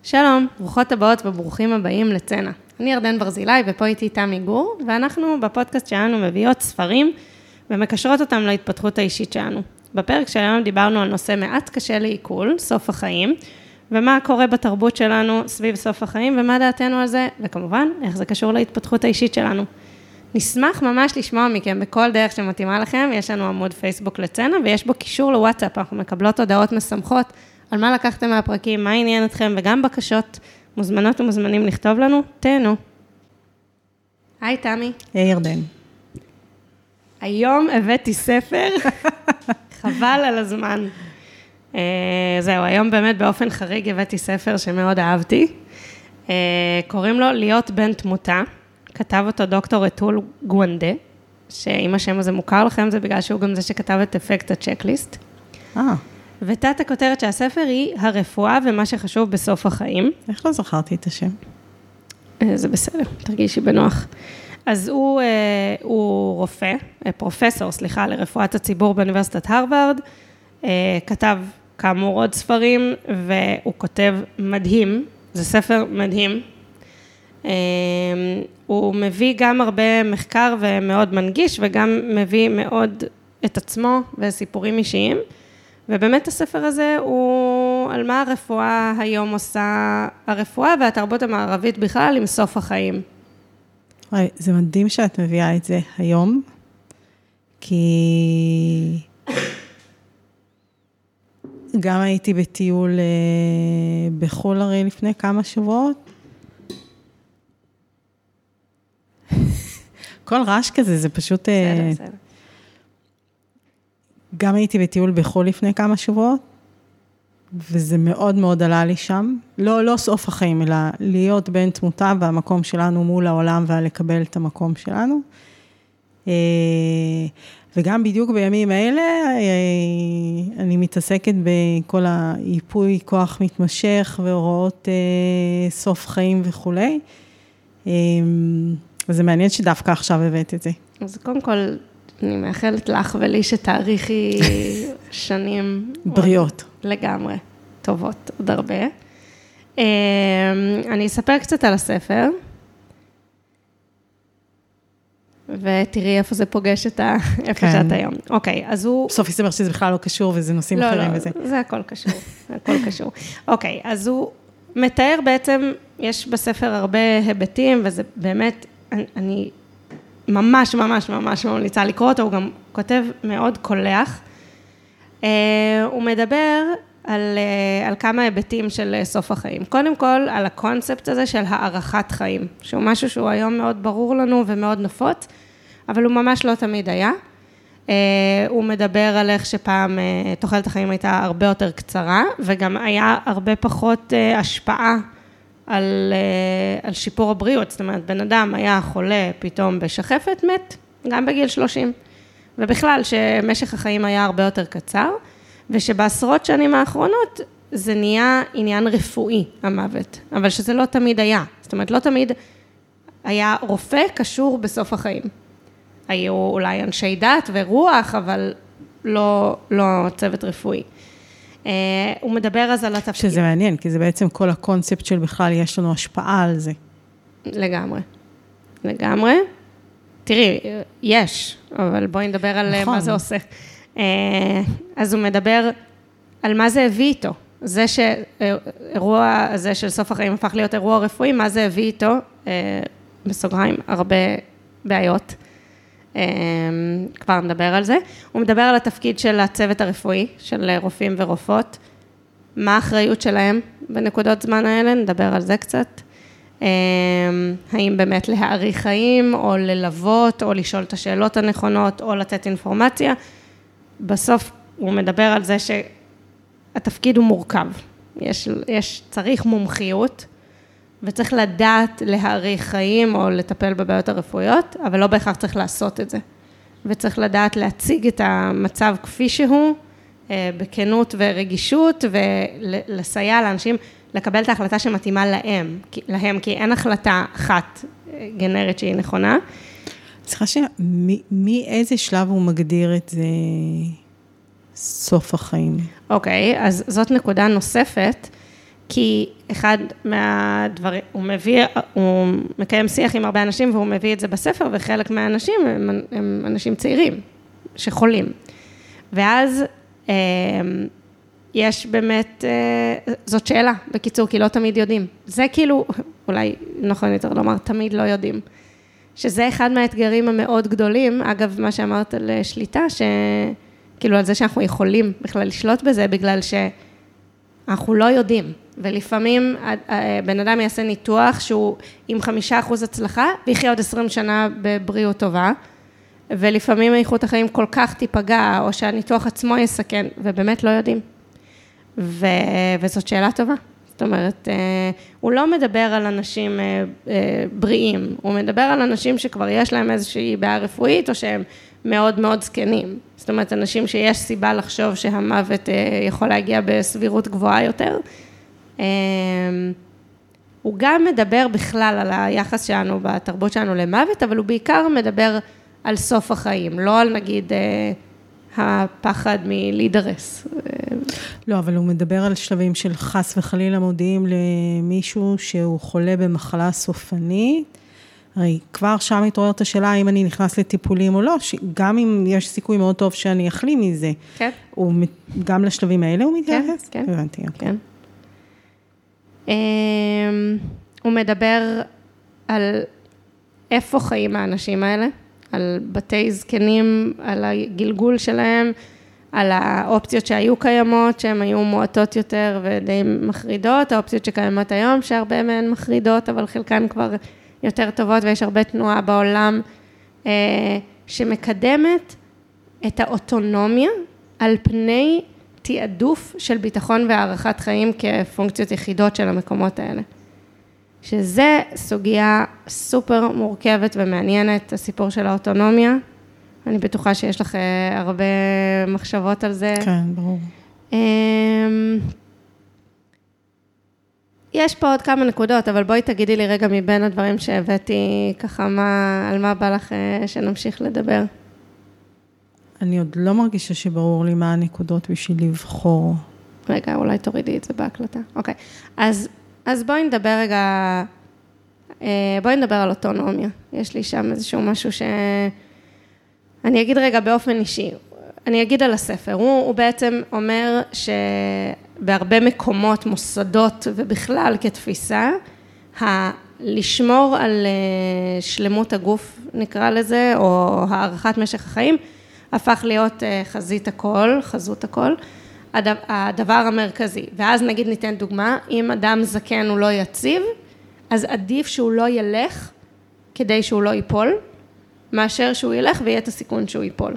שלום, ברוכות הבאות וברוכים הבאים לצנע. אני ירדן ברזילי ופה איתי תמי גור, ואנחנו בפודקאסט שלנו מביאות ספרים ומקשרות אותם להתפתחות האישית שלנו. בפרק שלנו דיברנו על נושא מעט קשה לעיכול, סוף החיים, ומה קורה בתרבות שלנו סביב סוף החיים ומה דעתנו על זה, וכמובן איך זה קשור להתפתחות האישית שלנו. נשמח ממש לשמוע מכם בכל דרך שמתאימה לכם, יש לנו עמוד פייסבוק לצנע ויש בו קישור לוואטסאפ, אנחנו מקבלות הודעות משמחות על מה לקחתם מהפרקים, מה עניין אתכם, וגם בקשות מוזמנות ומוזמנים לכתוב לנו, תהנו. היי תמי. היי ירדן. היום הבאתי ספר, חבל על הזמן. זהו, היום באמת באופן חריג הבאתי ספר שמאוד אהבתי. קוראים לו להיות בן תמותה, כתב אותו דוקטור אתול גואנדה, שאם השם הזה מוכר לכם, זה בגלל שהוא גם זה שכתב את אפקט הצ'קליסט. ותת הכותרת שהספר היא הרפואה ומה שחשוב בסוף החיים. איך לא זכרתי את השם? זה בסדר, תרגישי בנוח. אז הוא רופא, פרופסור, לרפואת הציבור באוניברסיטת הרווארד, כתב כאמור עוד ספרים, והוא כותב מדהים, זה ספר מדהים. הוא מביא גם הרבה מחקר ומאוד מנגיש, וגם מביא מאוד את עצמו וסיפורים אישיים. ובאמת הספר הזה הוא על מה הרפואה היום עושה, הרפואה והתרבות המערבית בכלל עם סוף החיים. זה מדהים שאת מביאה את זה היום, כי גם הייתי בטיול בחול הרי לפני כמה שבועות. כל רעש כזה, זה פשוט בסדר. גם הייתי בטיול בחול לפני כמה שבועות, וזה מאוד מאוד עלה לי שם. לא סוף החיים, אלא להיות בן תמותה והמקום שלנו מול העולם, ולקבל את המקום שלנו. וגם בדיוק בימים האלה, אני מתעסקת בכל היפוי כוח מתמשך, והוראות סוף חיים וכו'. וזה מעניין שדווקא עכשיו הבאת את זה. אז קודם כל, אני מאחלת לך ולי שתאריכי שנים בריאות. לגמרי, טובות, עוד הרבה. אני אספר קצת על הספר, ותראי איפה זה פוגש איפה שאת היום. אוקיי, אז הוא... בסוף יסבר שזה בכלל לא קשור, וזה נושאים אחרים וזה. לא, זה הכל קשור, הכל קשור. אוקיי, אז הוא מתאר בעצם, יש בספר הרבה היבטים, וזה באמת, אני ממש ממליצה לקרוא אותו, הוא גם כותב מאוד קולח. הוא מדבר על כמה היבטים של סוף החיים. קודם כל, על הקונספט הזה של הערכת חיים, שהוא משהו שהוא היום מאוד ברור לנו ומאוד נפוץ, אבל הוא ממש לא תמיד היה. הוא מדבר על איך שפעם תוחלת החיים הייתה הרבה יותר קצרה, וגם היה הרבה פחות השפעה על שיפור הבריאות. זאת אומרת, בן אדם היה חולה פתאום בשחפת, מת, גם בגיל 30. ובכלל, שמשך החיים היה הרבה יותר קצר, ושבעשרות שנים האחרונות, זה נהיה עניין רפואי, המוות. אבל שזה לא תמיד היה. זאת אומרת, לא תמיד היה רופא קשור בסוף החיים. היו אולי אנשי דת ורוח, אבל לא צוות רפואי. הוא מדבר אז על התפקיד. שזה מעניין, כי זה בעצם כל הקונספט של בכלל, יש לנו השפעה על זה. לגמרי. תראי, יש, אבל בואי נדבר על מה זה עושה. אז הוא מדבר על מה זה הביא איתו. זה שאירוע הזה של סוף החיים הפך להיות אירוע רפואי, מה זה הביא איתו, בסוגריים, הרבה בעיות. כבר נדבר על זה. הוא מדבר על התפקיד של הצוות הרפואי, של רופאים ורופאות, מה האחריות שלהם בנקודות זמן האלה, נדבר על זה קצת. האם באמת להאריך חיים, או ללוות, או לשאול את השאלות הנכונות, או לתת אינפורמציה. בסוף הוא מדבר על זה שהתפקיד הוא מורכב. צריך מומחיות, וצריך לדעת להאריך חיים או לטפל בבעיות הרפואיות, אבל לא בהכרח צריך לעשות את זה. וצריך לדעת להציג את המצב כפי שהוא, בכנות ורגישות, ולסייע לאנשים לקבל את ההחלטה שמתאימה להם, כי אין החלטה אחת גנרית שהיא נכונה. צריכה מאיזה שלב הוא מגדיר את זה סוף החיים? אוקיי, אז זאת נקודה נוספת, כי אחד מהדברים, הוא מקיים שיח עם הרבה אנשים, והוא מביא את זה בספר, וחלק מהאנשים הם אנשים צעירים, שחולים. ואז יש באמת, זאת שאלה, בקיצור, כי לא תמיד יודעים. זה כאילו, אולי נכון יותר לומר, תמיד לא יודעים. שזה אחד מהאתגרים המאוד גדולים, אגב, מה שאמרת על שליטה, כאילו על זה שאנחנו יכולים בכלל לשלוט בזה, בגלל שאנחנו לא יודעים. ולפעמים בן אדם יעשה ניתוח שהוא עם 5% הצלחה, ויחיה עוד 20 שנה בבריאות טובה, ולפעמים איכות החיים כל כך תיפגע, או שהניתוח עצמו יסכן, ובאמת לא יודעים. וזאת שאלה טובה. זאת אומרת, הוא לא מדבר על אנשים בריאים, הוא מדבר על אנשים שכבר יש להם איזושהי בעיה רפואית, או שהם מאוד מאוד זקנים. זאת אומרת, אנשים שיש סיבה לחשוב שהמוות יכול להגיע בסבירות גבוהה יותר. הוא גם מדבר בכלל על היחס שלנו, בתרבות שלנו למוות, אבל הוא בעיקר מדבר על סוף החיים, לא על נגיד הפחד מלהידרס. לא, אבל הוא מדבר על שלבים של חס וחלילה מודיעים למישהו שהוא חולה במחלה סופנית, הרי כבר שם מתעוררת השאלה האם אני נכנס לטיפולים או לא, גם אם יש סיכוי מאוד טוב שאני אחלים מזה. כן. גם לשלבים האלה הוא מתייחס? כן, הבנתי, כן. הוא מדבר על איפה חיים האנשים האלה, על בתי זקנים, על הגלגול שלהם, על האופציות שהיו קיימות, שהן היו מועטות יותר ודי מחרידות, האופציות שקיימות היום, שהרבה מהן מחרידות, אבל חלקן כבר יותר טובות, ויש הרבה תנועה בעולם שמקדמת את האוטונומיה על פני תיעדוף של ביטחון והערכת חיים כפונקציות יחידות של המקומות האלה. שזה סוגיה סופר מורכבת ומעניינת, הסיפור של האוטונומיה. אני בטוחה שיש לך הרבה מחשבות על זה. כן, ברור. יש פה עוד כמה נקודות, אבל בואי תגידי לי רגע מבין הדברים שהבאתי, ככה על מה בא לך שנמשיך לדבר. אני עוד לא מרגישה שברור לי מה הנקודות בשביל לבחור. רגע, אולי תורידי את זה בהקלטה. אוקיי, אז בואי נדבר רגע, בואי נדבר על אוטונומיה. יש לי שם איזשהו משהו אני אגיד רגע באופן אישי, אני אגיד על הספר, הוא בעצם אומר שבהרבה מקומות, מוסדות ובכלל כתפיסה, לשמור על שלמות הגוף נקרא לזה, או הערכת משך החיים, הפך להיות חזית הכל, חזות הכל, הדבר המרכזי. ואז נגיד ניתן דוגמה, אם אדם זקן הוא לא יציב, אז עדיף שהוא לא ילך כדי שהוא לא ייפול, מאשר שהוא ילך ויהיה את הסיכון שהוא ייפול.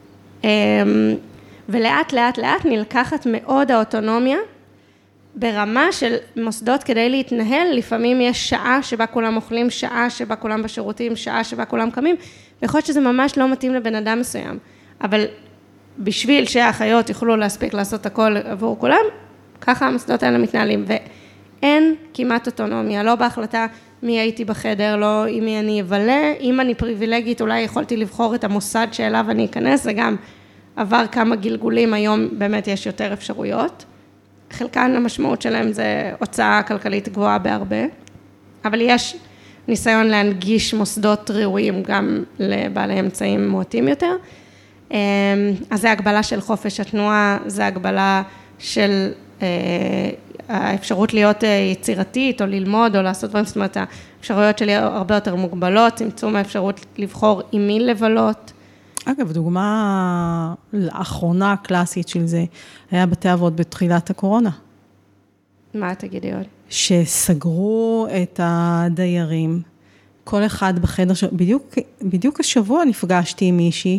ולאט לאט לאט נלקחת מאוד האוטונומיה, ברמה של מוסדות כדי להתנהל, לפעמים יש שעה שבה כולם אוכלים, שעה שבה כולם בשירותים, שעה שבה כולם קמים, ויכול להיות שזה ממש לא מתאים לבן אדם מסוים, אבל בשביל שהאחיות יוכלו להספיק לעשות הכל עבור כולם, ככה המוסדות האלה מתנהלים, ואין כמעט אוטונומיה, לא בהחלטה מי הייתי בחדר, לא עם מי אני אבלה, אם אני פריבילגית, אולי יכולתי לבחור את המוסד שאליו אני אכנס, זה גם עבר כמה גלגולים, היום באמת יש יותר אפשרויות, חלקן המשמעות שלהם זה הוצאה כלכלית גבוהה בהרבה, אבל יש ניסיון להנגיש מוסדות ראויים גם לבעלי אמצעים מועטים יותר, אז זה הגבלה של חופש התנועה, זה הגבלה של האפשרות להיות יצירתית או ללמוד או לעשות דברים, זאת אומרת האפשרויות שלי הרבה יותר מוגבלות, צמצום האפשרות לבחור עם מי לבלות. אגב, דוגמה האחרונה הקלאסית של זה, היה בתי אבות בתחילת הקורונה. מה תגידי עוד? שסגרו את הדיירים, כל אחד בחדר, בדיוק השבוע נפגשתי עם מישהי,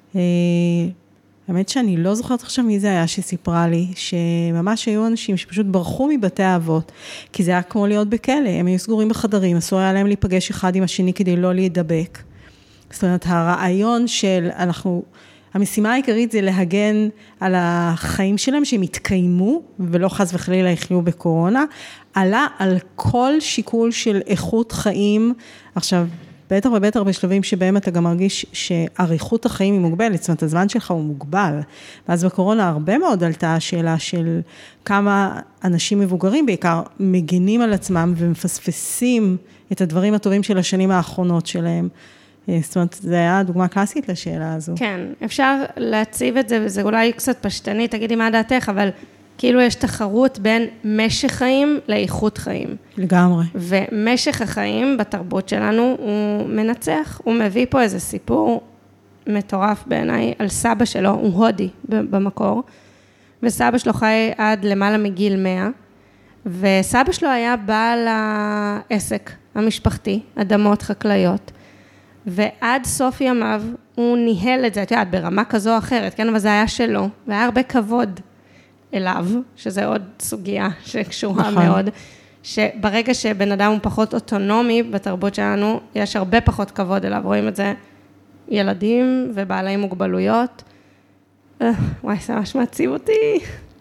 האמת שאני לא זוכרת עכשיו מי זה היה שסיפרה לי, שממש היו אנשים שפשוט ברחו מבתי האבות, כי זה היה כמו להיות בכלא, הם היו סגורים בחדרים, אסור היה להם להיפגש אחד עם השני כדי לא להידבק. זאת אומרת, הרעיון של המשימה העיקרית זה להגן על החיים שלהם שהם יתקיימו, ולא חס וחלילה יחיו בקורונה, עלה על כל שיקול של איכות חיים. עכשיו, בטח ובטח בשלבים שבהם אתה גם מרגיש שעריכות החיים היא מוגבלת, זאת אומרת, הזמן שלך הוא מוגבל. ואז בקורונה הרבה מאוד עלתה השאלה של כמה אנשים מבוגרים בעיקר מגינים על עצמם ומפספסים את הדברים הטובים של השנים האחרונות שלהם. זאת אומרת, זה היה דוגמה קלאסית לשאלה הזו. כן, אפשר להציב את זה, וזה אולי קצת פשטני, תגידי מה דעתך, אבל כאילו יש תחרות בין משך חיים לאיכות חיים. לגמרי. ומשך החיים בתרבות שלנו הוא מנצח, הוא מביא פה איזה סיפור מטורף בעיניי על סבא שלו, הוא הודי במקור, וסבא שלו חי עד למעלה מגיל 100, וסבא שלו היה בעל העסק המשפחתי, אדמות חקלאיות, ועד סוף ימיו הוא ניהל את זה, את יודעת, ברמה כזו או אחרת, כן, אבל זה היה שלו, והיה הרבה כבוד אליו, שזה עוד סוגיה שקשורה מאוד, שברגע שבן אדם הוא פחות אוטונומי בתרבות שלנו, יש הרבה פחות כבוד אליו, רואים את זה ילדים ובעלי מוגבלויות, וואי, זה ממש מעציב אותי.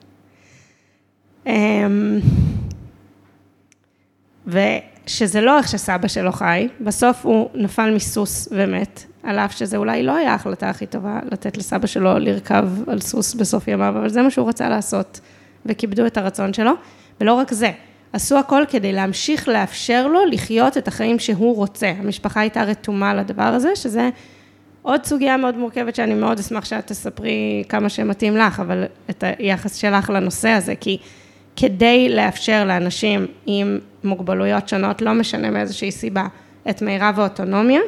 ושזה לא איך שסבא שלו חי, בסוף הוא נפל מסוס ומת, על אף שזה אולי לא היה ההחלטה הכי טובה, לתת לסבא שלו לרכב על סוס בסוף ימיו, אבל זה מה שהוא רצה לעשות, וכיבדו את הרצון שלו, ולא רק זה, עשו הכל כדי להמשיך לאפשר לו לחיות את החיים שהוא רוצה. המשפחה הייתה רתומה לדבר הזה, שזה עוד סוגיה מאוד מורכבת, שאני מאוד אשמח שאת תספרי כמה שמתאים לך, אבל את היחס שלך לנושא הזה, כי כדי לאפשר לאנשים עם מוגבלויות שונות, לא משנה מאיזושהי סיבה, את מירב האוטונומיה,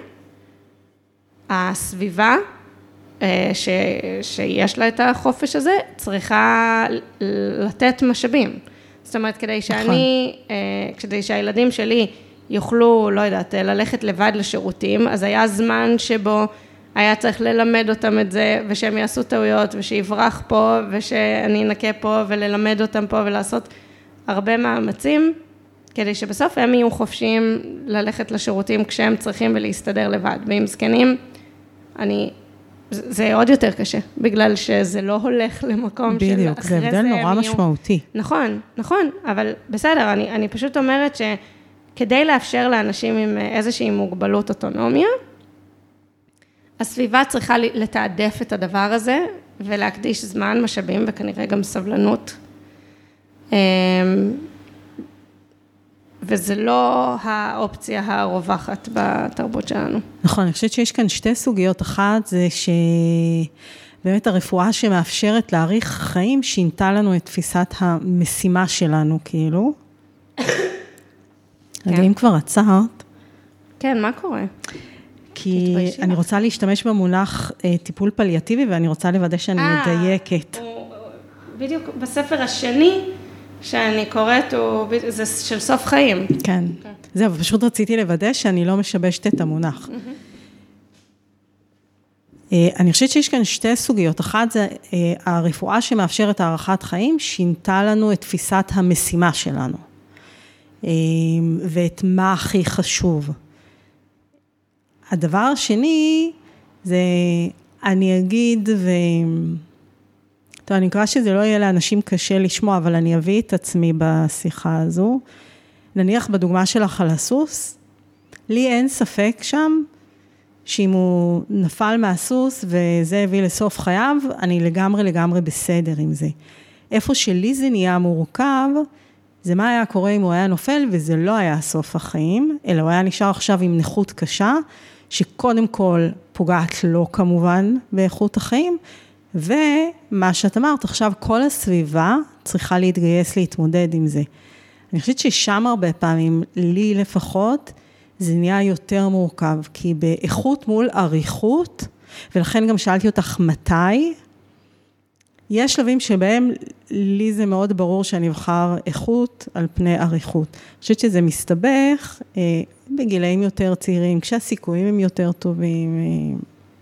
הסביבה שיש לה את החופש הזה, צריכה לתת משאבים. זאת אומרת, כדי שהילדים שלי יוכלו, לא יודעת, ללכת לבד לשירותים, אז היה זמן שבו היה צריך ללמד אותם את זה, ושהם יעשו טעויות, ושיברח פה, ושאני אנקה פה, וללמד אותם פה, ולעשות הרבה מאמצים, כדי שבסוף הם יהיו חופשיים ללכת לשירותים כשהם צריכים ולהסתדר לבד. ועם זקנים, זה עוד יותר קשה, בגלל שזה לא הולך למקום של בדיוק, זה הבדל נורא משמעותי. נכון, נכון, אבל בסדר, אני פשוט אומרת שכדי לאפשר לאנשים עם איזושהי מוגבלות אוטונומיה, הסביבה צריכה לתעדף את הדבר הזה, ולהקדיש זמן, משאבים, וכנראה גם סבלנות. וזה לא האופציה הרווחת בתרבות שלנו. נכון, אני חושבת שיש כאן שתי סוגיות. אחת זה שבאמת הרפואה שמאפשרת להאריך חיים, שינתה לנו את תפיסת המשימה שלנו, כאילו. רגע, אם כבר עצרת. כן, מה קורה? כי אני רוצה להשתמש במונח טיפול פליאטיבי, ואני רוצה לוודא שאני מדייקת. בדיוק בספר השני, שאני קוראת, זה של סוף חיים. כן. זהו, פשוט רציתי לוודא שאני לא משבשת את המונח. אני חושבת שיש כאן שתי סוגיות. אחת זה הרפואה שמאפשרת הארכת חיים, שינתה לנו את תפיסת המשימה שלנו. ואת מה הכי חשוב. הדבר השני, זה אני אגיד טוב, אני מקווה שזה לא יהיה לאנשים קשה לשמוע, אבל אני אביא את עצמי בשיחה הזו. נניח בדוגמה שלך על הסוס, לי אין ספק שם, שאם הוא נפל מהסוס וזה הביא לסוף חייו, אני לגמרי בסדר עם זה. איפה שלי זה נהיה מורכב, זה מה היה קורה אם הוא היה נופל, וזה לא היה סוף החיים, אלא הוא היה נשאר עכשיו עם נכות קשה, שקודם כל פוגעת לו כמובן באיכות החיים, ומה שאת אמרת, עכשיו כל הסביבה צריכה להתגייס להתמודד עם זה. אני חושבת ששם הרבה פעמים, לי לפחות, זה נהיה יותר מורכב, כי באיכות מול עריכות, ולכן גם שאלתי אותך מתי, יש שלבים שבהם לי זה מאוד ברור שאני אבחר איכות על פני עריכות. אני חושבת שזה מסתבך בגילאים יותר צעירים, כשהסיכויים הם יותר טובים.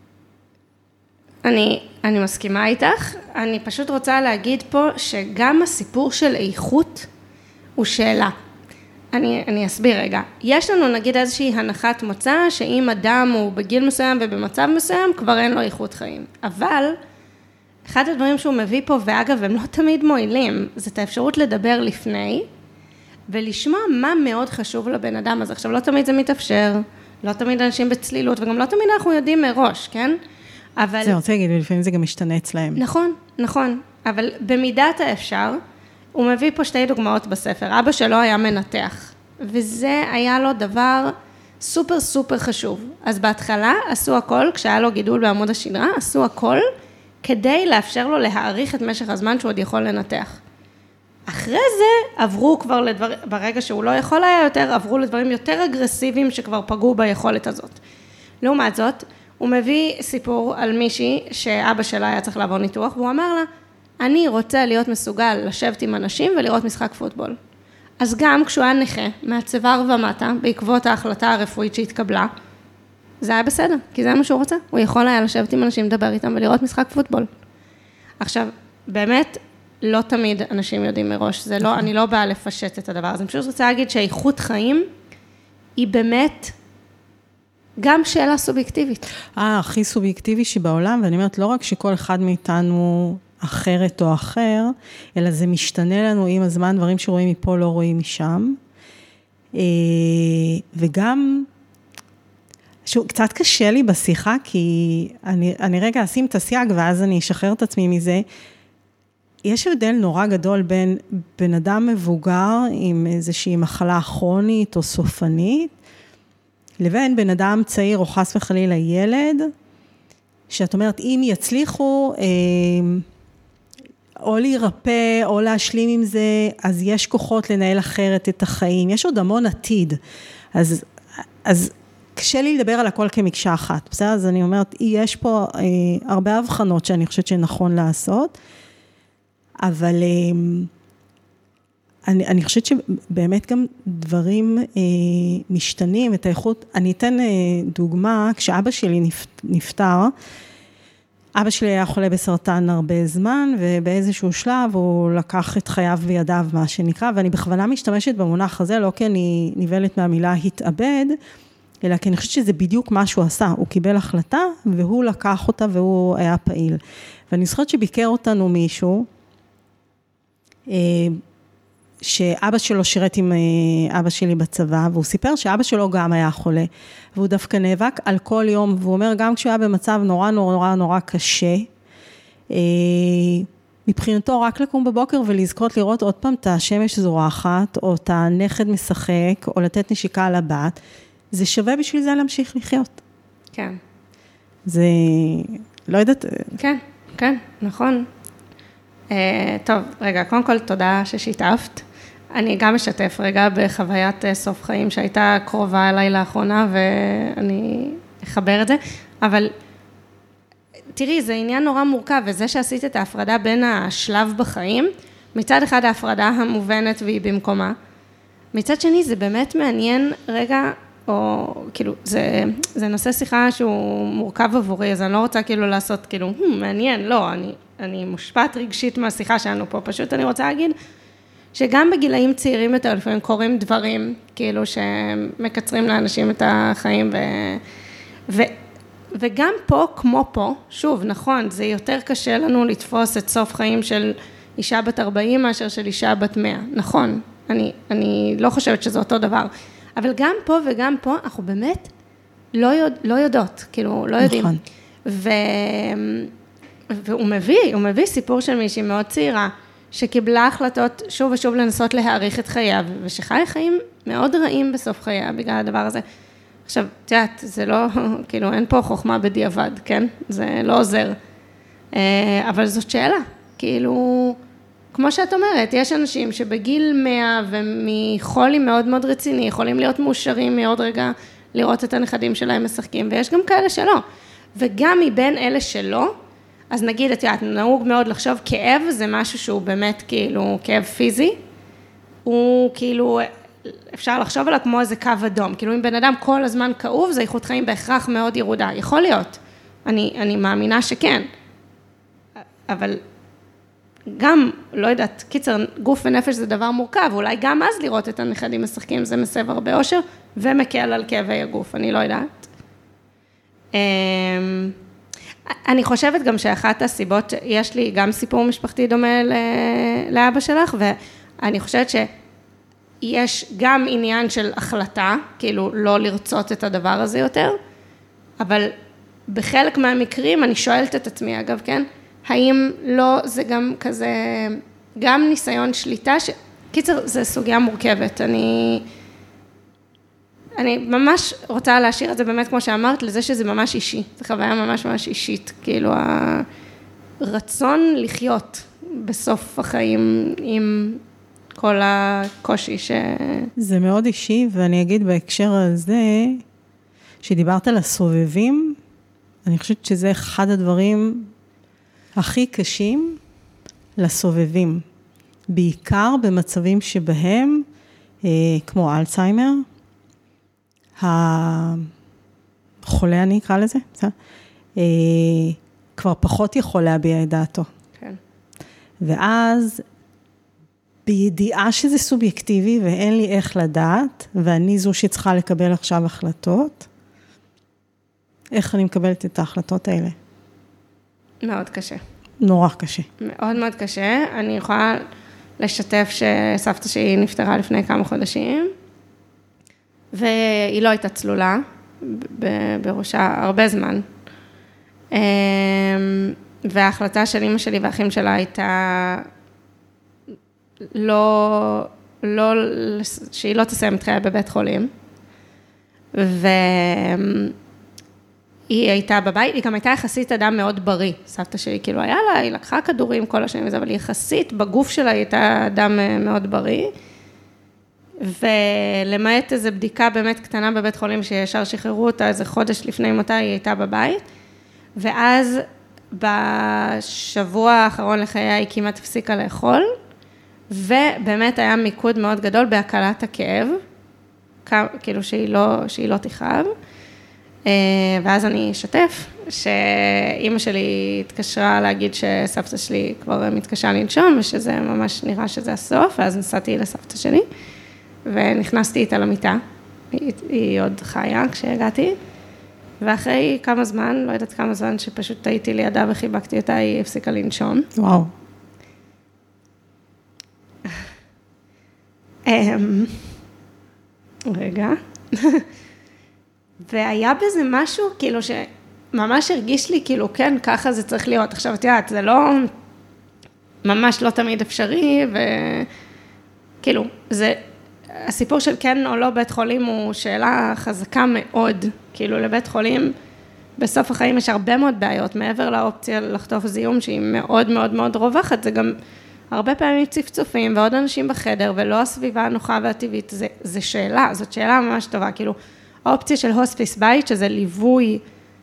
אני מסכימה איתך, אני פשוט רוצה להגיד פה שגם הסיפור של איכות הוא שאלה. אני אסביר רגע. יש לנו נגיד איזושהי הנחת מוצא שאם אדם הוא בגיל מסוים ובמצב מסוים כבר אין לו איכות חיים. אבל אחד הדברים שהוא מביא פה, ואגב הם לא תמיד מועילים, זה את האפשרות לדבר לפני ולשמוע מה מאוד חשוב לבן אדם. אז עכשיו לא תמיד זה מתאפשר, לא תמיד אנשים בצלילות, וגם לא תמיד אנחנו יודעים מראש, כן? אבל... זה רוצה להגיד, ולפעמים זה גם משתנה אצלהם. נכון, נכון. אבל במידת האפשר, הוא מביא פה 2 דוגמאות בספר. אבא שלו היה מנתח, וזה היה לו דבר סופר סופר חשוב. אז בהתחלה עשו הכל, כשהיה לו גידול בעמוד השדרה, עשו הכל כדי לאפשר לו להאריך את משך הזמן שהוא עוד יכול לנתח. אחרי זה עברו כבר ברגע שהוא לא יכול היה יותר, עברו לדברים יותר אגרסיביים שכבר פגעו ביכולת הזאת. לעומת זאת, הוא מביא סיפור על מישהי שאבא שלה היה צריך לעבור ניתוח, והוא אמר לה, אני רוצה להיות מסוגל לשבת עם אנשים ולראות משחק פוטבול. אז גם כשהוא היה נכה, מהצוואר ומטה, בעקבות ההחלטה הרפואית שהתקבלה, זה היה בסדר, כי זה מה שהוא רוצה. הוא יכול היה לשבת עם אנשים, לדבר איתם ולראות משחק פוטבול. עכשיו, באמת, לא תמיד אנשים יודעים מראש, זה לא, אני לא באה לפשט את הדבר הזה. אני פשוט רוצה להגיד שאיכות חיים היא באמת גם שאלה סובייקטיבית. הכי סובייקטיבי שבעולם, ואני אומרת, לא רק שכל אחד מאיתנו אחרת או אחר, אלא זה משתנה לנו עם הזמן, דברים שרואים מפה לא רואים משם. וגם, קצת קשה לי בשיחה, כי אני רגע אשים את הסייג, ואז אני אשחרר את עצמי מזה. יש הבדל נורא גדול בין בן אדם מבוגר עם איזושהי מחלה כרונית או סופנית, לבין בן אדם צעיר או חס וחלילה ילד, שאת אומרת, אם יצליחו או להירפא או להשלים עם זה, אז יש כוחות לנהל אחרת את החיים, יש עוד המון עתיד. אז קשה לי לדבר על הכל כמקשה אחת, בסדר? אז אני אומרת, יש פה הרבה הבחנות שאני חושבת שנכון לעשות, אבל אני חושבת שבאמת גם דברים משתנים, את האיכות, אני אתן דוגמה, כשאבא שלי נפטר, אבא שלי היה חולה בסרטן הרבה זמן, ובאיזשהו שלב הוא לקח את חייו בידיו, מה שנקרא, ואני בכוונה משתמשת במונח הזה, לא כי אני נבלת מהמילה התאבד, אלא כי אני חושבת שזה בדיוק מה שהוא עשה, הוא קיבל החלטה, והוא לקח אותה והוא היה פעיל. ואני זוכרת שביקר אותנו מישהו, שאבא שלו שירת עם אבא שלי בצבא, והוא סיפר שאבא שלו גם היה חולה, והוא דווקא נאבק על כל יום, והוא אומר, גם כשהוא היה במצב נורא נורא נורא קשה, מבחינתו רק לקום בבוקר ולזכות לראות עוד פעם את השמש זורחת, או את הנכד משחק, או לתת נשיקה על הבת, זה שווה בשביל זה להמשיך לחיות. כן. זה, לא יודעת. כן, כן, נכון. טוב, רגע, קודם כל תודה ששיתפת. אני גם משתף רגע בחוויית סוף חיים שהייתה קרובה אליי לאחרונה, ואני אחבר את זה, אבל תראי, זה עניין נורא מורכב, וזה שעשית את ההפרדה בין השלב בחיים, מצד אחד ההפרדה המובנת והיא במקומה, מצד שני זה באמת מעניין רגע, או כאילו, זה נושא שיחה שהוא מורכב עבורי, אז אני לא רוצה כאילו לעשות כאילו, מעניין, לא, אני מושפעת רגשית מהשיחה שלנו פה, פשוט אני רוצה להגיד, שגם בגילאים צעירים יותר, לפעמים קוראים דברים, כאילו שמקצרים לאנשים את החיים, וגם פה, כמו פה, שוב, נכון, זה יותר קשה לנו לתפוס את סוף חיים של אישה בת 40, מאשר של אישה בת 100, נכון, אני לא חושבת שזה אותו דבר, אבל גם פה וגם פה, אנחנו באמת לא יודעות, כאילו, לא יודעים. נכון. והוא מביא סיפור של מישהי מאוד צעירה, שקיבלה החלטות שוב ושוב לנסות להאריך את חייו, ושחי חיים מאוד רעים בסוף חייה בגלל הדבר הזה. עכשיו, תיאת, זה לא, כאילו, אין פה חוכמה בדיעבד, כן? זה לא עוזר. אבל זאת שאלה, כאילו, כמו שאת אומרת, יש אנשים שבגיל 100 ומחולי מאוד מאוד רציני, יכולים להיות מאושרים מעוד רגע לראות את הנכדים שלהם משחקים, ויש גם כאלה שלא. וגם מבין אלה שלא, אז נגיד, את יודעת, נהוג מאוד לחשוב, כאב זה משהו שהוא באמת כאילו כאב פיזי, הוא כאילו, אפשר לחשוב עליו כמו איזה קו אדום, כאילו אם בן אדם כל הזמן כאוב, זה איכות חיים בהכרח מאוד ירודה, יכול להיות, אני מאמינה שכן, אבל גם, לא יודעת, קיצר, גוף ונפש זה דבר מורכב, אולי גם אז לראות את הנכדים משחקים, זה מסב הרבה אושר, ומקל על כאבי הגוף, אני לא יודעת. אני חושבת גם שאחת הסיבות, יש לי גם סיפור משפחתי דומה לאבא שלך, ואני חושבת יש גם עניין של החלטה, כאילו לא לרצות את הדבר הזה יותר, אבל בחלק מהמקרים אני שואלת את עצמי, אגב, כן? האם לא זה גם כזה, גם ניסיון שליטה, קיצר, זה סוגיה מורכבת, אני ממש רוצה להשאיר את זה באמת, כמו שאמרת, לזה שזה ממש אישי, זו חוויה ממש ממש אישית, כאילו הרצון לחיות בסוף החיים עם כל הקושי זה מאוד אישי, ואני אגיד בהקשר הזה, שדיברת על הסובבים, אני חושבת שזה אחד הדברים הכי קשים לסובבים, בעיקר במצבים שבהם, כמו אלצהיימר, החולה אני אקרא לזה, כבר פחות יכול להביע את דעתו. כן. ואז, בידיעה שזה סובייקטיבי ואין לי איך לדעת, ואני זו שצריכה לקבל עכשיו החלטות, איך אני מקבלת את ההחלטות האלה? מאוד קשה. נורא קשה. מאוד מאוד קשה. אני יכולה לשתף שסבתא שלי נפטרה לפני כמה חודשים, והיא לא הייתה צלולה בראשה הרבה זמן. וההחלטה של אמא שלי והאחים שלה הייתה שהיא לא תסיים את חייה בבית חולים. היא הייתה בבית, היא גם הייתה יחסית אדם מאוד בריא. סבתא שלי כאילו היה לה, היא לקחה כדורים כל השנים וזה, אבל היא יחסית בגוף שלה היא הייתה אדם מאוד בריא. ולמעט איזו בדיקה באמת קטנה בבית חולים שישר שחררו אותה, איזה חודש לפני מותה היא הייתה בבית. ואז בשבוע האחרון לחייה היא כמעט הפסיקה לאכול, ובאמת היה מיקוד מאוד גדול בהקלת הכאב, כאילו שהיא לא תכאב. ואז אני אשתף, שאימא שלי התקשרה להגיד שסבתא שלי כבר מתקשה לנשום, ושזה ממש נראה שזה הסוף, ואז נסעתי לסבתא שלי, ונכנסתי איתה למיטה, היא עוד חיה כשהגעתי, ואחרי כמה זמן, לא יודעת כמה זמן, שפשוט הייתי לידה וחיבקתי אותה, היא הפסיקה לנשום. וואו. רגע. והיה בזה משהו, כאילו, שממש הרגיש לי, כאילו, כן, ככה זה צריך להיות. עכשיו, את יודעת, זה לא, ממש לא תמיד אפשרי, וכאילו, זה, הסיפור של כן או לא בית חולים הוא שאלה חזקה מאוד, כאילו, לבית חולים, בסוף החיים יש הרבה מאוד בעיות, מעבר לאופציה לחטוף זיהום, שהיא מאוד מאוד מאוד רווחת, זה גם הרבה פעמים צפצופים, ועוד אנשים בחדר, ולא הסביבה הנוחה והטבעית, זה שאלה, זאת שאלה ממש טובה, כאילו, האופציה של הוספיס בית, שזה ליווי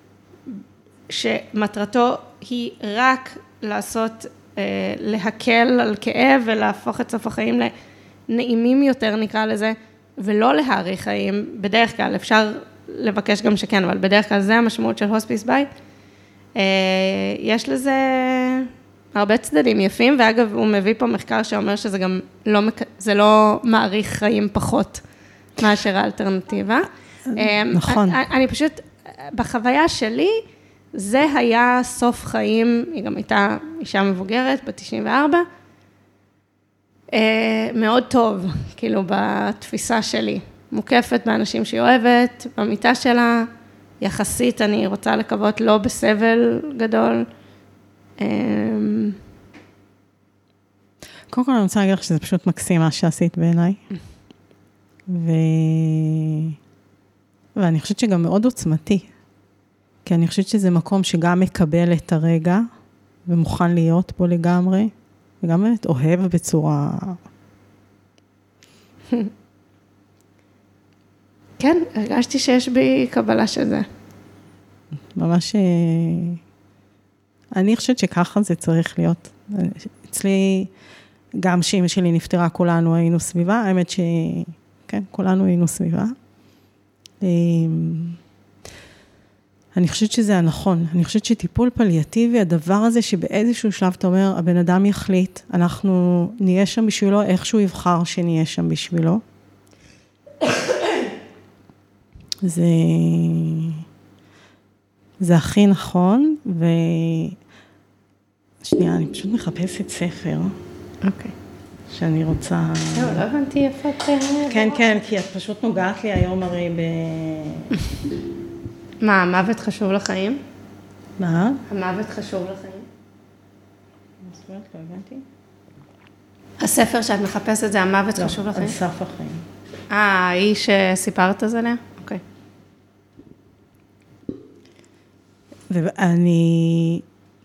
שמטרתו היא רק לעשות, להקל על כאב ולהפוך את סוף החיים לנעימים יותר, נקרא לזה, ולא להאריך חיים. בדרך כלל אפשר לבקש גם שכן, אבל בדרך כלל זה המשמעות של הוספיס בית. יש לזה הרבה צדדים יפים, ואגב הוא מביא פה מחקר שאומר שזה גם לא מאריך חיים פחות מאשר האלטרנטיבה. נכון. אני פשוט, בחוויה שלי, זה היה סוף חיים, היא גם הייתה אישה מבוגרת, בת 94, מאוד טוב, כאילו, בתפיסה שלי. מוקפת באנשים שהיא אוהבת, במיטה שלה, יחסית, אני רוצה לקוות לא בסבל גדול. קודם כל אני רוצה להגיד לך שזה פשוט מקסים מה שעשית בעיניי. ואני חושבת שגם מאוד עוצמתי, כי אני חושבת שזה מקום שגם מקבל את הרגע, ומוכן להיות בו לגמרי, וגם באמת אוהב בצורה... כן, הרגשתי שיש בי קבלה של זה. ממש... אני חושבת שככה זה צריך להיות. אצלי, גם שאמא שלי נפטרה, כולנו היינו סביבה, האמת שכן, כולנו היינו סביבה. אני חושבת שזה הנכון, אני חושבת שטיפול פליאטיבי, הדבר הזה שבאיזשהו שלב אתה אומר, הבן אדם יחליט, אנחנו נהיה שם בשבילו, איך שהוא יבחר שנהיה שם בשבילו. זה הכי נכון, שנייה, אני פשוט מחפשת ספר. אוקיי. שאני רוצה... לא הבנתי איפה את... כן, כן, כי את פשוט נוגעת לי היום הרי מה, המוות חשוב לחיים? מה? המוות חשוב לחיים? זאת אומרת, לא הבנתי. הספר שאת מחפשת זה המוות חשוב לחיים? על סף החיים. היא שסיפרת אז עליה? אוקיי. ואני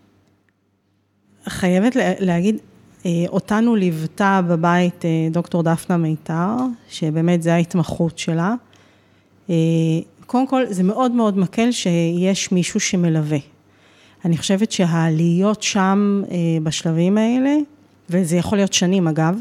חייבת להגיד, אותנו ליוותה בבית דוקטור דפנה מיתר, שבאמת זה ההתמחות שלה. קודם כל, זה מאוד מאוד מקל שיש מישהו שמלווה. אני חושבת שהלהיות שם בשלבים האלה, וזה יכול להיות שנים אגב,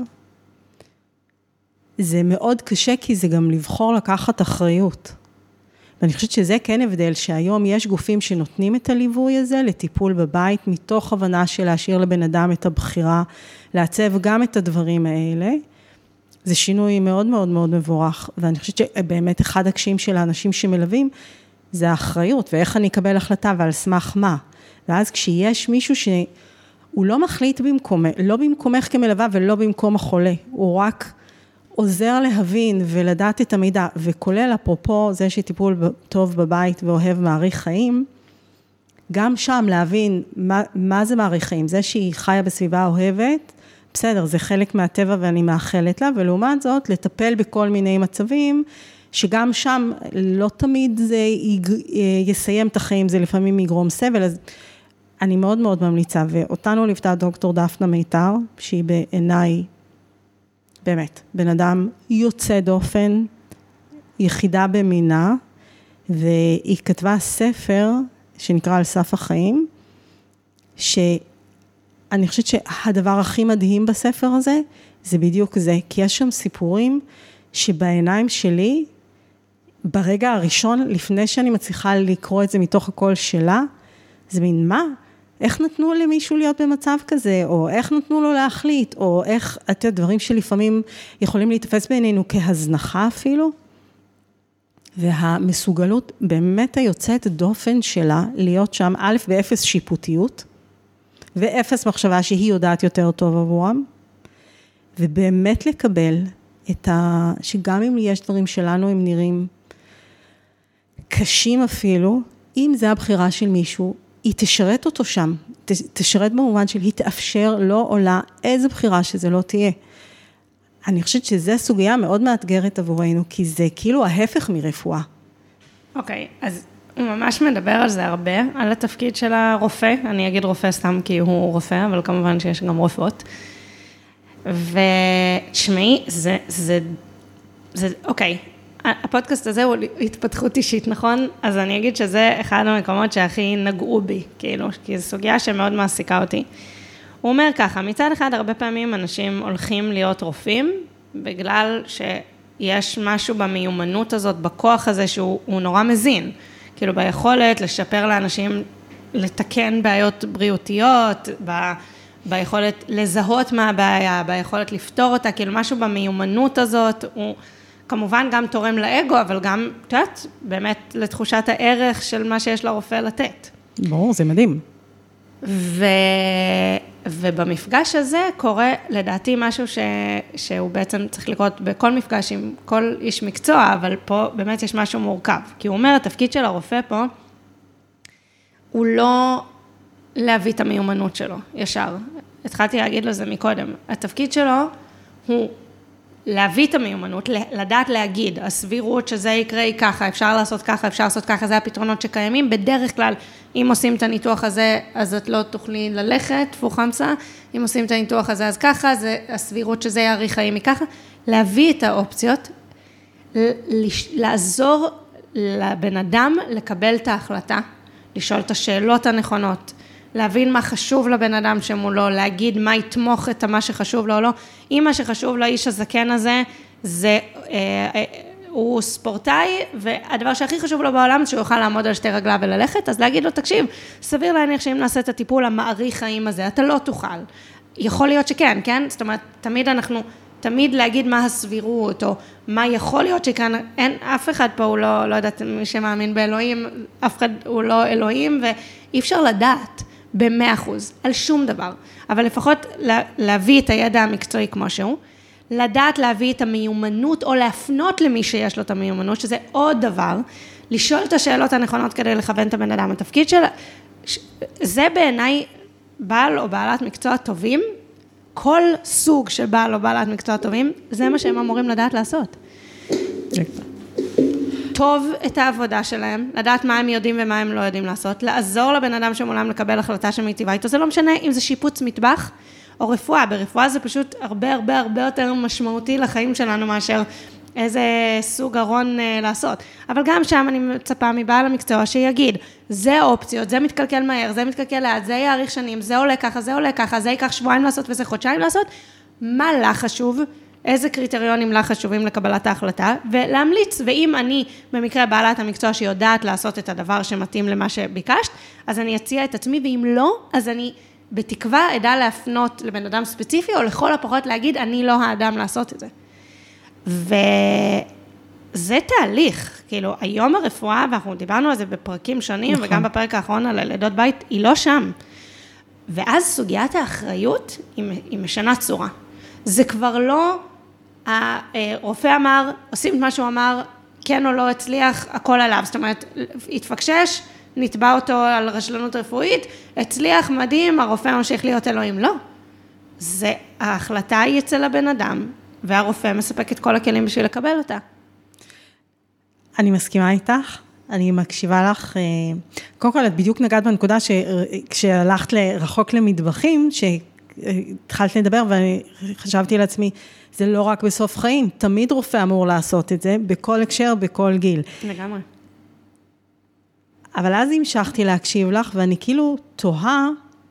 זה מאוד קשה כי זה גם לבחור לקחת אחריות. ואני חושבת שזה כן הבדל, שהיום יש גופים שנותנים את הליווי הזה לטיפול בבית, מתוך הבנה של להשאיר לבן אדם את הבחירה, לעצב גם את הדברים האלה. זה שינוי מאוד מאוד מאוד מבורך, ואני חושבת שבאמת אחד הקשיים של האנשים שמלווים, זה האחריות, ואיך אני אקבל החלטה ועל סמך מה. ואז כשיש מישהו שהוא לא מחליט במקומך, לא במקומך כמלווה ולא במקום החולה, הוא רק עוזר להבין ולדעת את המידע, וכולל אפרופו זה שטיפול טוב בבית ואוהב מעריך חיים, גם שם להבין מה זה מעריך חיים, זה שהיא חיה בסביבה אוהבת, בסדר, זה חלק מהטבע ואני מאחלת לה, ולעומת זאת לטפל בכל מיני מצבים, שגם שם לא תמיד זה יסיים את החיים, זה לפעמים יגרום סבל, אז אני מאוד מאוד ממליצה, ואותנו ליוותה דוקטור דפנה מיתר, שהיא בעיניי, באמת, בן אדם יוצא דופן, יחידה במינה, והיא כתבה ספר שנקרא על סף החיים, שאני חושבת שהדבר הכי מדהים בספר הזה, זה בדיוק זה, כי יש שם סיפורים שבעיניים שלי, ברגע הראשון, לפני שאני מצליחה לקרוא את זה מתוך הקול שלה, זה מין מה? איך נתנו למישהו להיות במצב כזה, או איך נתנו לו להחליט, או איך, את יודעת, דברים שלפעמים יכולים להתאפס בעינינו כהזנחה אפילו, והמסוגלות באמת היוצאת דופן שלה, להיות שם א' באפס שיפוטיות, ואפס מחשבה שהיא יודעת יותר טוב עבורם, ובאמת לקבל את שגם אם יש דברים שלנו הם נראים קשים אפילו, אם זה הבחירה של מישהו, היא תשרת אותו שם, תשרת במובן של היא תאפשר לא עולה איזה בחירה שזה לא תהיה. אני חושבת שזו סוגיה מאוד מאתגרת עבורנו, כי זה כאילו ההפך מרפואה. אוקיי, אז הוא ממש מדבר על זה הרבה, על התפקיד של הרופא, אני אגיד רופא סתם כי הוא רופא, אבל כמובן שיש גם רופאות. ושמעי, זה, אוקיי, הפודקאסט הזה הוא התפתחות אישית, נכון? אז אני אגיד שזה אחד המקומות שהכי נגעו בי, כאילו, כי זו סוגיה שמאוד מעסיקה אותי. הוא אומר ככה, מצד אחד הרבה פעמים אנשים הולכים להיות רופאים, בגלל שיש משהו במיומנות הזאת, בכוח הזה שהוא נורא מזין, כאילו ביכולת לשפר לאנשים, לתקן בעיות בריאותיות, ביכולת לזהות מה הבעיה, ביכולת לפתור אותה, כאילו משהו במיומנות הזאת, הוא כמובן גם תורם לאגו, אבל גם, את יודעת, באמת לתחושת הערך של מה שיש לרופא לתת. ברור, זה מדהים. ובמפגש הזה קורה לדעתי משהו שהוא בעצם צריך לקרות בכל מפגש עם כל איש מקצוע, אבל פה באמת יש משהו מורכב. כי הוא אומר, התפקיד של הרופא פה, הוא לא להביא את המיומנות שלו, ישר. התחלתי להגיד לו זה מקודם. התפקיד שלו הוא להביא את המיומנות, לדעת להגיד, הסבירות שזה יקרה היא ככה, אפשר לעשות ככה, אפשר לעשות ככה, זה הפתרונות שקיימים. בדרך כלל, אם עושים את הניתוח הזה, אז את לא תוכלי ללכת, פוחמסה. אם עושים את הניתוח הזה, אז ככה, זה הסבירות שזה יאריך חיים מככה. להביא את האופציות, לעזור לבן אדם לקבל את ההחלטה, לשאול את השאלות הנכונות, להבין מה חשוב לבן אדם שמולו, להגיד מה יתמוך את מה שחשוב לו או לא. אם מה שחשוב לאיש הזקן הזה, הוא ספורטאי, והדבר שהכי חשוב לו בעולם, זה שהוא יוכל לעמוד על שתי רגליו וללכת, אז להגיד לו, תקשיב, סביר להניח שאם נעשה את הטיפול המעריך חיים הזה, אתה לא תוכל. יכול להיות שכן, כן? זאת אומרת, תמיד להגיד מה הסבירות, או מה יכול להיות שכאן, אין, אף אחד פה הוא לא יודעת, מי שמאמין באלוהים, אף אחד הוא לא אלוהים, ואי אפשר לדעת. ב100%, על שום דבר. אבל לפחות להביא את הידע המקצועי כמו שהוא, לדעת להביא את המיומנות, או להפנות למי שיש לו את המיומנות, שזה עוד דבר, לשאול את השאלות הנכונות כדי לכוון את הבן אדם. התפקיד של... זה בעיניי בעל או בעלת מקצוע טובים, כל סוג של בעל או בעלת מקצוע טובים, זה מה שהם אמורים לדעת לעשות. טוב את העבודה שלהם, לדעת מה הם יודעים ומה הם לא יודעים לעשות, לעזור לבן אדם שמולם לקבל החלטה שמיטיבה איתו, זה לא משנה אם זה שיפוץ מטבח או רפואה, ברפואה זה פשוט הרבה הרבה הרבה יותר משמעותי לחיים שלנו מאשר איזה סוג ארון לעשות. אבל גם שם אני מצפה מבעל המקצוע שיגיד, זה אופציות, זה מתקלקל מהר, זה מתקלקל לאט, זה יאריך שנים, זה עולה ככה, זה עולה ככה, זה ייקח שבועיים לעשות וזה חודשיים לעשות, מה לה חשוב? איזה קריטריונים לה חשובים לקבלת ההחלטה, ולהמליץ, ואם אני במקרה בעלת המקצוע שיודעת לעשות את הדבר שמתאים למה שביקשת, אז אני אציע את עצמי, ואם לא, אז אני בתקווה אדע להפנות לבן אדם ספציפי, או לכל הפחות להגיד, אני לא האדם לעשות את זה. וזה תהליך, כאילו, היום הרפואה, ואנחנו דיברנו על זה בפרקים שונים, נכון. וגם בפרק האחרון על לידות בית, היא לא שם. ואז סוגיית האחריות היא משנה צורה. זה כבר לא, הרופא אמר, עושים את מה שהוא אמר, כן או לא הצליח, הכל עליו. זאת אומרת, התפקשש, נתבע אותו על רשלנות רפואית, הצליח, מדהים, הרופא ממשיך להיות אלוהים. לא. זה, ההחלטה היא אצל הבן אדם, והרופא מספק את כל הכלים בשביל לקבל אותה. אני מסכימה איתך, אני מקשיבה לך, קודם כל את בדיוק נגעת בנקודה כשהלכת רחוק למטבחים, שהתחלת לדבר ואני חשבתי לעצמי, זה לא רק בסוף חיים, תמיד רופא אמור לעשות את זה, בכל הקשר, בכל גיל. לגמרי. אבל אז המשכתי להקשיב לך, ואני כאילו תוהה,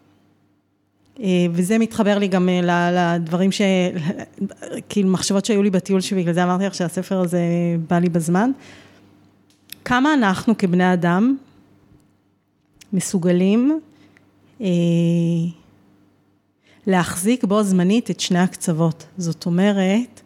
וזה מתחבר לי גם לדברים כאילו מחשבות שהיו לי בטיול שבגלל זה אמרתי לך שהספר הזה בא לי בזמן. כמה אנחנו כבני אדם מסוגלים להחזיק בו זמנית את שני הקצוות. זאת אומרת,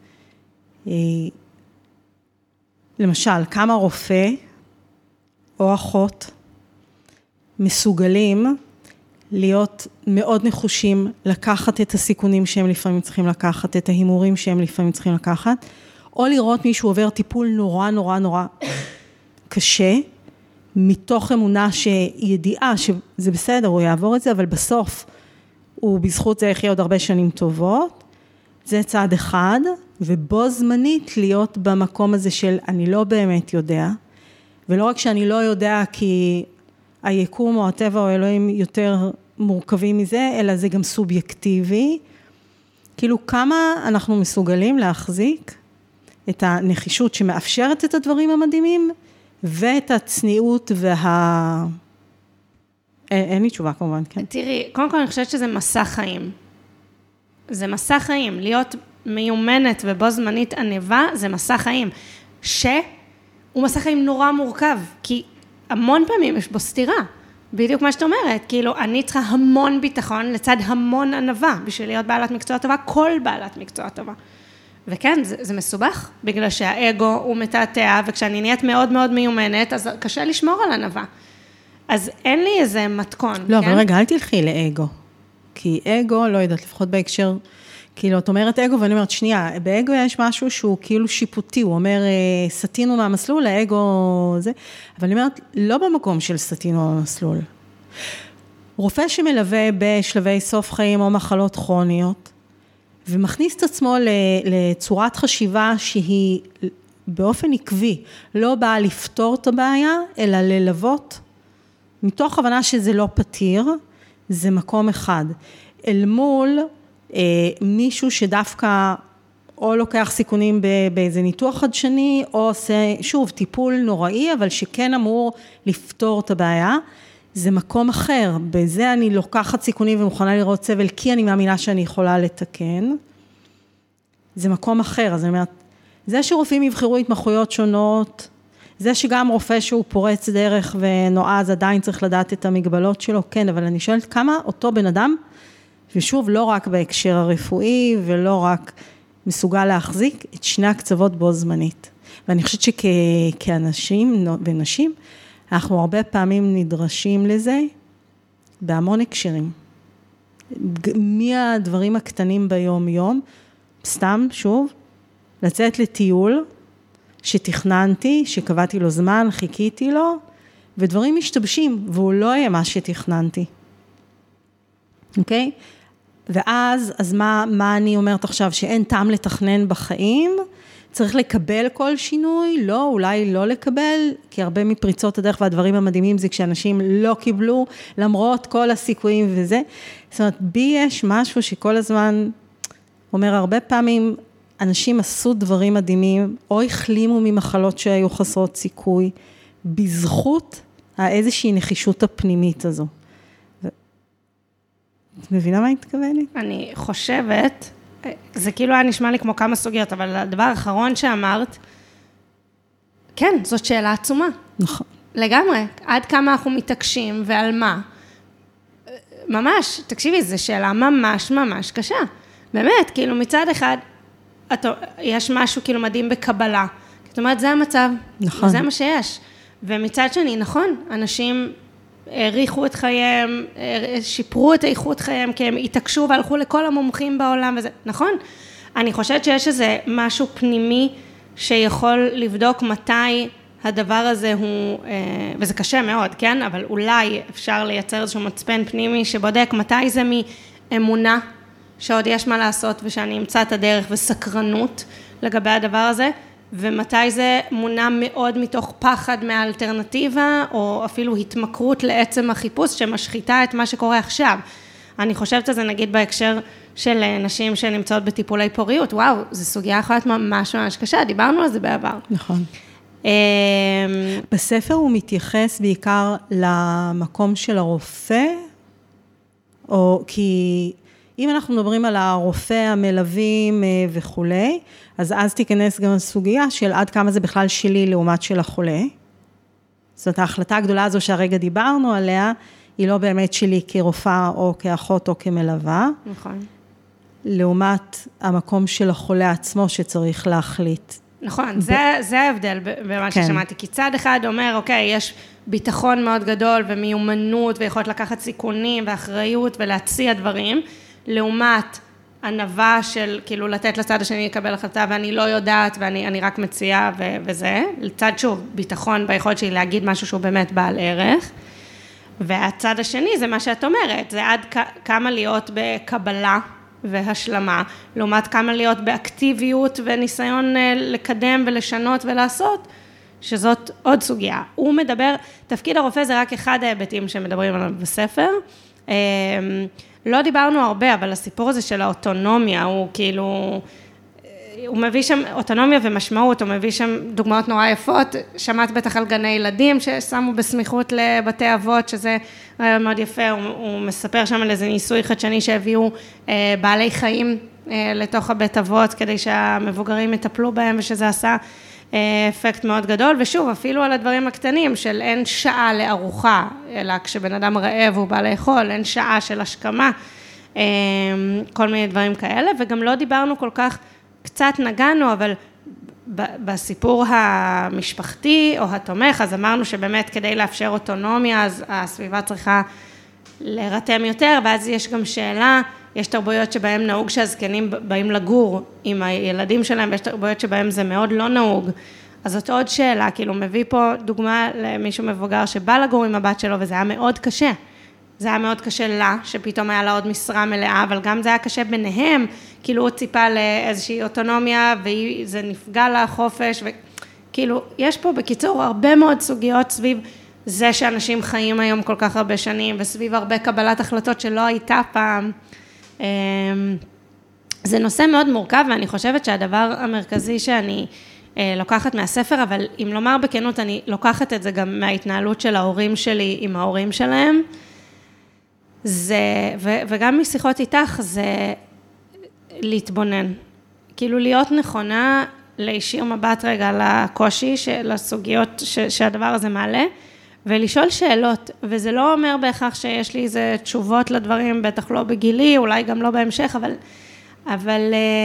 למשל, כמה רופא או אחות מסוגלים להיות מאוד נחושים, לקחת את הסיכונים שהם לפעמים צריכים לקחת, את ההימורים שהם לפעמים צריכים לקחת, או לראות מישהו עובר טיפול נורא נורא נורא קשה, מתוך אמונה שידיעה שזה בסדר, הוא יעבור את זה, אבל בסוף הוא בזכות זה יחיה עוד הרבה שנים טובות, זה צעד אחד, ובו זמנית להיות במקום הזה של אני לא באמת יודע, ולא רק שאני לא יודע כי היקום או הטבע או אלוהים יותר מורכבים מזה, אלא זה גם סובייקטיבי. כאילו כמה אנחנו מסוגלים להחזיק את הנחישות שמאפשרת את הדברים המדהימים, ואת הצניעות אין לי תשובה כמובן, כן. תראי, קודם כל אני חושבת שזה מסע חיים. זה מסע חיים. להיות מיומנת ובו זמנית ענבה, זה מסע חיים. שהוא מסע חיים נורא מורכב, כי המון פעמים יש בו סתירה. בדיוק מה שאת אומרת, כאילו אני צריכה המון ביטחון לצד המון ענבה, בשביל להיות בעלת מקצוע טובה, כל בעלת מקצוע טובה. וכן, זה מסובך, בגלל שהאגו הוא מתעתע, וכשאני נהיית מאוד מאוד מיומנת, אז קשה לשמור על ענבה. אז אין לי איזה מתכון, לא, כן? אבל רגע, אל תלכי לאגו. כי אגו, לא יודעת, לפחות בהקשר, כאילו, את אומרת אגו, ואני אומרת, שנייה, באגו יש משהו שהוא כאילו שיפוטי, הוא אומר, סטינו מהמסלול, האגו זה, אבל אני אומרת, לא במקום של סטינו מהמסלול. רופא שמלווה בשלבי סוף חיים או מחלות כרוניות, ומכניס את עצמו לצורת חשיבה שהיא באופן עקבי, לא באה לפתור את הבעיה, אלא ללוות, מתוך הבנה שזה לא פתיר, זה מקום אחד. אל מול מישהו שדווקא או לוקח סיכונים באיזה ניתוח חדשני, או עושה, שוב, טיפול נוראי, אבל שכן אמור לפתור את הבעיה, זה מקום אחר. בזה אני לוקחת סיכונים ומוכנה לראות סבל, כי אני מאמינה שאני יכולה לתקן. זה מקום אחר. אז אני אומרת, זה שרופאים יבחרו התמחויות שונות, זה שגם רופא שהוא פורץ דרך ונועז, עדיין צריך לדעת את המגבלות שלו, כן, אבל אני שואלת כמה אותו בן אדם, ושוב, לא רק בהקשר הרפואי, ולא רק מסוגל להחזיק את שני הקצוות בו זמנית. ואני חושבת שכאנשים ונשים, אנחנו הרבה פעמים נדרשים לזה, בהמון הקשרים. מהדברים הקטנים ביום-יום, סתם, שוב, לצאת לטיול שתכננתי, שקבעתי לו זמן, חיכיתי לו, ודברים משתבשים, והוא לא יהיה מה שתכננתי. אוקיי? ואז מה אני אומרת עכשיו? שאין טעם לתכנן בחיים? צריך לקבל כל שינוי? לא, אולי לא לקבל, כי הרבה מפריצות הדרך והדברים המדהימים זה כשאנשים לא קיבלו, למרות כל הסיכויים וזה. זאת אומרת, בי יש משהו שכל הזמן אומר, הרבה פעמים אנשים עשו דברים מדהימים, או החלימו ממחלות שהיו חסרות סיכוי, בזכות איזושהי נחישות הפנימית הזו. את מבינה מה אני מתכוונת? אני חושבת, זה כאילו היה נשמע לי כמו כמה סוגיות, אבל הדבר האחרון שאמרת, כן, זאת שאלה עצומה. נכון. לגמרי, עד כמה אנחנו מתעקשים ועל מה. ממש, תקשיבי, זו שאלה ממש ממש קשה. באמת, כאילו מצד אחד, יש משהו כאילו מדהים בקבלה. זאת אומרת, זה המצב. נכון. זה מה שיש. ומצד שני, נכון, אנשים העריכו את חייהם, שיפרו את איכות חייהם, כי הם התעקשו והלכו לכל המומחים בעולם, וזה, נכון? אני חושבת שיש איזה משהו פנימי שיכול לבדוק מתי הדבר הזה הוא, וזה קשה מאוד, כן? אבל אולי אפשר לייצר איזשהו מצפן פנימי שבודק מתי זה מאמונה, שעוד יש מה לעשות ושאני אמצא את הדרך וסקרנות לגבי הדבר הזה, ומתי זה מונע מאוד מתוך פחד מהאלטרנטיבה, או אפילו התמכרות לעצם החיפוש שמשחיתה את מה שקורה עכשיו. אני חושבת על זה נגיד בהקשר של נשים שנמצאות בטיפולי פוריות, וואו, זו סוגיה אחת ממש ממש קשה, דיברנו על זה בעבר. נכון. בספר הוא מתייחס בעיקר למקום של הרופא, או כי אם אנחנו מדברים על הרופא, המלווים וכולי, אז תיכנס גם הסוגיה של עד כמה זה בכלל שלי לעומת של החולה. זאת ההחלטה הגדולה הזו שהרגע דיברנו עליה, היא לא באמת שלי כרופאה או כאחות או כמלווה. נכון. לעומת המקום של החולה עצמו שצריך להחליט. נכון, זה ההבדל במה ששמעתי, כי צד אחד אומר, אוקיי, יש ביטחון מאוד גדול ומיומנות ויכולת לקחת סיכונים ואחריות ולהציע דברים, לעומת ענווה של כאילו לתת לצד השני לקבל החלטה ואני לא יודעת ואני רק מציעה וזה, לצד שוב ביטחון ביכולת שלי להגיד משהו שהוא באמת בעל ערך, והצד השני זה מה שאת אומרת, זה עד כמה להיות בקבלה והשלמה, לעומת כמה להיות באקטיביות וניסיון לקדם ולשנות ולעשות, שזאת עוד סוגיה. הוא מדבר, תפקיד הרופא זה רק אחד ההיבטים שמדברים עליו בספר, לא דיברנו הרבה, אבל הסיפור הזה של האוטונומיה, הוא כאילו, הוא מביא שם אוטונומיה ומשמעות, הוא מביא שם דוגמאות נורא יפות, שמעת בטח על גני ילדים ששמו בסמיכות לבתי אבות, שזה מאוד יפה, הוא מספר שם על איזה ניסוי חדשני שהביאו בעלי חיים לתוך הבית אבות, כדי שהמבוגרים יטפלו בהם, ושזה עשה אפקט מאוד גדול, ושוב, אפילו על הדברים הקטנים, של אין שעה לארוחה, אלא כשבן אדם רעב הוא בא לאכול, אין שעה של השכמה, כל מיני דברים כאלה, וגם לא דיברנו כל כך, קצת נגענו, אבל בסיפור המשפחתי או התומך, אז אמרנו שבאמת כדי לאפשר אוטונומיה, אז הסביבה צריכה להירתם יותר, ואז יש גם שאלה, יש תרבויות שבהם נהוג שהזקנים באים לגור עם הילדים שלהם, ויש תרבויות שבהם זה מאוד לא נהוג. אז זאת עוד שאלה, כאילו מביא פה דוגמה למישהו מבוגר שבא לגור עם הבת שלו, וזה היה מאוד קשה. זה היה מאוד קשה לה, שפתאום היה לה עוד משרה מלאה, אבל גם זה היה קשה ביניהם, כאילו הוא ציפה לאיזושהי אוטונומיה, וזה נפגע לה חופש, וכאילו יש פה בקיצור הרבה מאוד סוגיות סביב זה שאנשים חיים היום כל כך הרבה שנים, וסביב הרבה קבלת החלטות שלא הייתה פעם. זה נושא מאוד מורכב, ואני חושבת שהדבר המרכזי שאני לוקחת מהספר, אבל אם לומר בכנות, אני לוקחת את זה גם מההתנהלות של ההורים שלי עם ההורים שלהם, וגם משיחות איתך, זה להתבונן. כאילו להיות נכונה, להישיר מבט רגע לקושי, לסוגיות שהדבר הזה מעלה, ולשאול שאלות, וזה לא אומר בהכרח שיש לי איזה תשובות לדברים, בטח לא בגילי, אולי גם לא בהמשך, אבל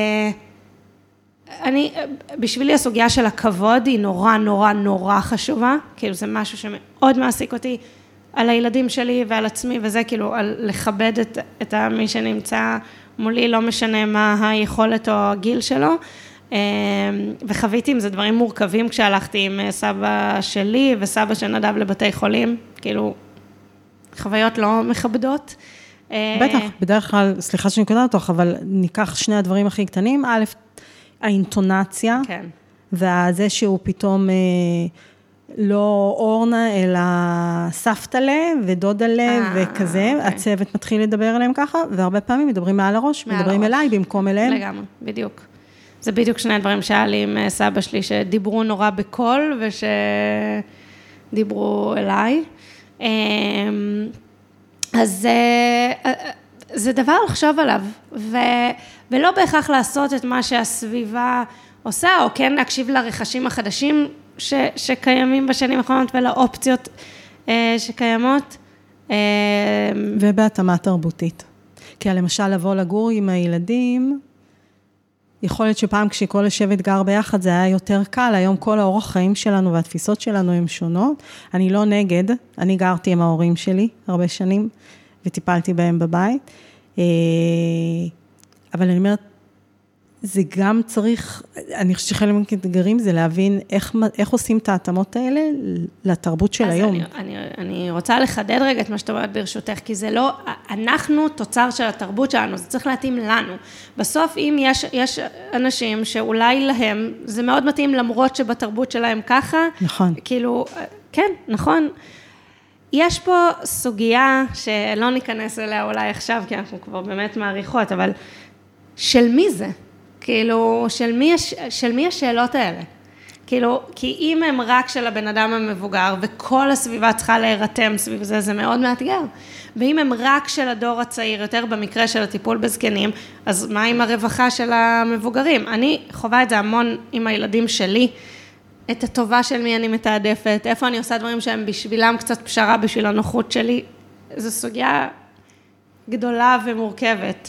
בשבילי הסוגיה של הכבוד היא נורא נורא נורא חשובה, כאילו זה משהו שמאוד מעסיק אותי, על הילדים שלי ועל עצמי, וזה כאילו, על לכבד את מי שנמצא מולי, לא משנה מה היכולת או הגיל שלו, וחוויתי עם זה דברים מורכבים כשהלכתי עם סבא שלי וסבא שנדב לבתי חולים, כאילו, חוויות לא מכבדות. בטח, בדרך כלל, סליחה שאני קודעת אותך, אבל ניקח שני הדברים הכי קטנים, א', האינטונציה, כן. וזה שהוא פתאום לא אורנה, אלא סבתלה ודודלה וכזה, הצוות מתחיל לדבר עליהם ככה, והרבה פעמים מדברים מעל הראש, מדברים אליי במקום אליהם. לגמרי, בדיוק. זה בדיוק שני הדברים שהיה לי עם סבא שלי, שדיברו נורא בקול, ושדיברו אליי. אז זה דבר לחשוב עליו, ולא בהכרח לעשות את מה שהסביבה עושה, או כן להקשיב לרכשים החדשים שקיימים בשנים האחרונות, ולאופציות שקיימות. ובהתאמה תרבותית. כי למשל לבוא לגור עם הילדים, יכול להיות שפעם כשכל השבט גר ביחד זה היה יותר קל, היום כל האורח חיים שלנו והתפיסות שלנו הן שונות. אני לא נגד, אני גרתי עם ההורים שלי הרבה שנים, וטיפלתי בהם בבית. אבל אני אומרת, זה גם צריך, אני חושבת שחלק מהאתגרים זה להבין איך עושים את ההתאמות האלה לתרבות של היום. אני רוצה לחדד רגע את מה שאת אומרת ברשותך, כי זה לא, אנחנו תוצר של התרבות שלנו, זה צריך להתאים לנו. בסוף אם יש אנשים שאולי להם, זה מאוד מתאים למרות שבתרבות שלהם ככה. נכון. כאילו, כן, נכון. יש פה סוגיה שלא ניכנס אליה אולי עכשיו, כי אנחנו כבר באמת מעריכות, אבל של מי זה? כאילו, של מי השאלות האלה? כאילו, כי אם הם רק של הבן אדם המבוגר, וכל הסביבה צריכה להירתם סביב זה, זה מאוד מאתגר. ואם הם רק של הדור הצעיר, יותר במקרה של הטיפול בזקנים, אז מה עם הרווחה של המבוגרים? אני חווה את זה המון עם הילדים שלי, את הטובה של מי אני מתעדפת, איפה אני עושה דברים שהם בשבילם קצת פשרה בשביל הנוחות שלי. זו סוגיה גדולה ומורכבת.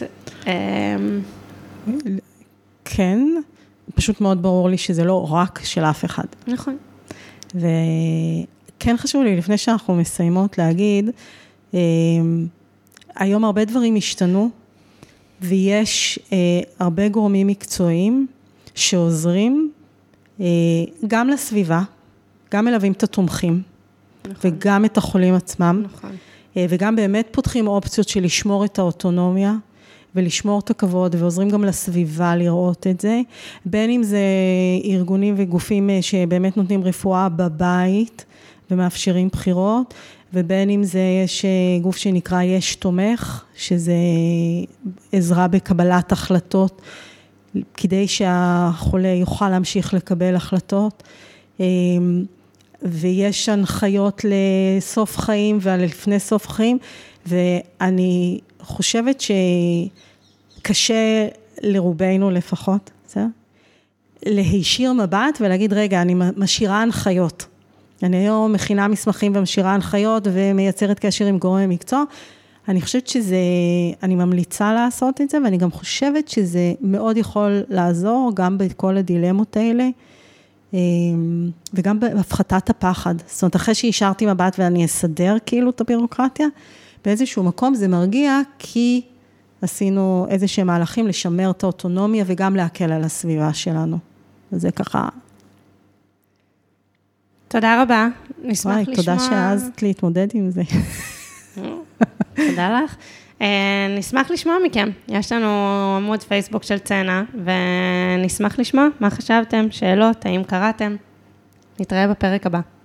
כן, פשוט מאוד ברור לי שזה לא רק של אף אחד. נכון. וכן חשוב לי, לפני שאנחנו מסיימות להגיד, היום הרבה דברים השתנו, ויש הרבה גורמים מקצועיים שעוזרים גם לסביבה, גם מלווים את התומכים, נכון. וגם את החולים עצמם, נכון. וגם באמת פותחים אופציות של לשמור את האוטונומיה, ולשמור את הכבוד, ועוזרים גם לסביבה לראות את זה, בין אם זה ארגונים וגופים שבאמת נותנים רפואה בבית, ומאפשרים בחירות, ובין אם זה יש גוף שנקרא יש תומך, שזה עזרה בקבלת החלטות, כדי שהחולה יוכל להמשיך לקבל החלטות, ויש הנחיות לסוף חיים ולפני סוף חיים, ואני חושבת שקשה לרובנו לפחות, להישיר מבט ולהגיד, רגע, אני משאירה הנחיות. אני היום מכינה מסמכים ומשאירה הנחיות ומייצרת קשר עם גורמי מקצוע. אני חושבת שזה, אני ממליצה לעשות את זה, ואני גם חושבת שזה מאוד יכול לעזור גם בכל הדילמות האלה, וגם בהפחתת הפחד. זאת אומרת, אחרי שהשארתי מבט ואני אסדר כאילו את הבירוקרטיה, באיזשהו מקום זה מרגיע, כי עשינו איזשהם מהלכים לשמר את האוטונומיה, וגם להקל על הסביבה שלנו. אז זה ככה. תודה רבה, נשמח לשמוע. תודה שעזת להתמודד עם זה. תודה לך. נשמח לשמוע מכם. יש לנו עמוד פייסבוק של צנע, ונשמח לשמוע מה חשבתם, שאלות, האם קראתם. נתראה בפרק הבא.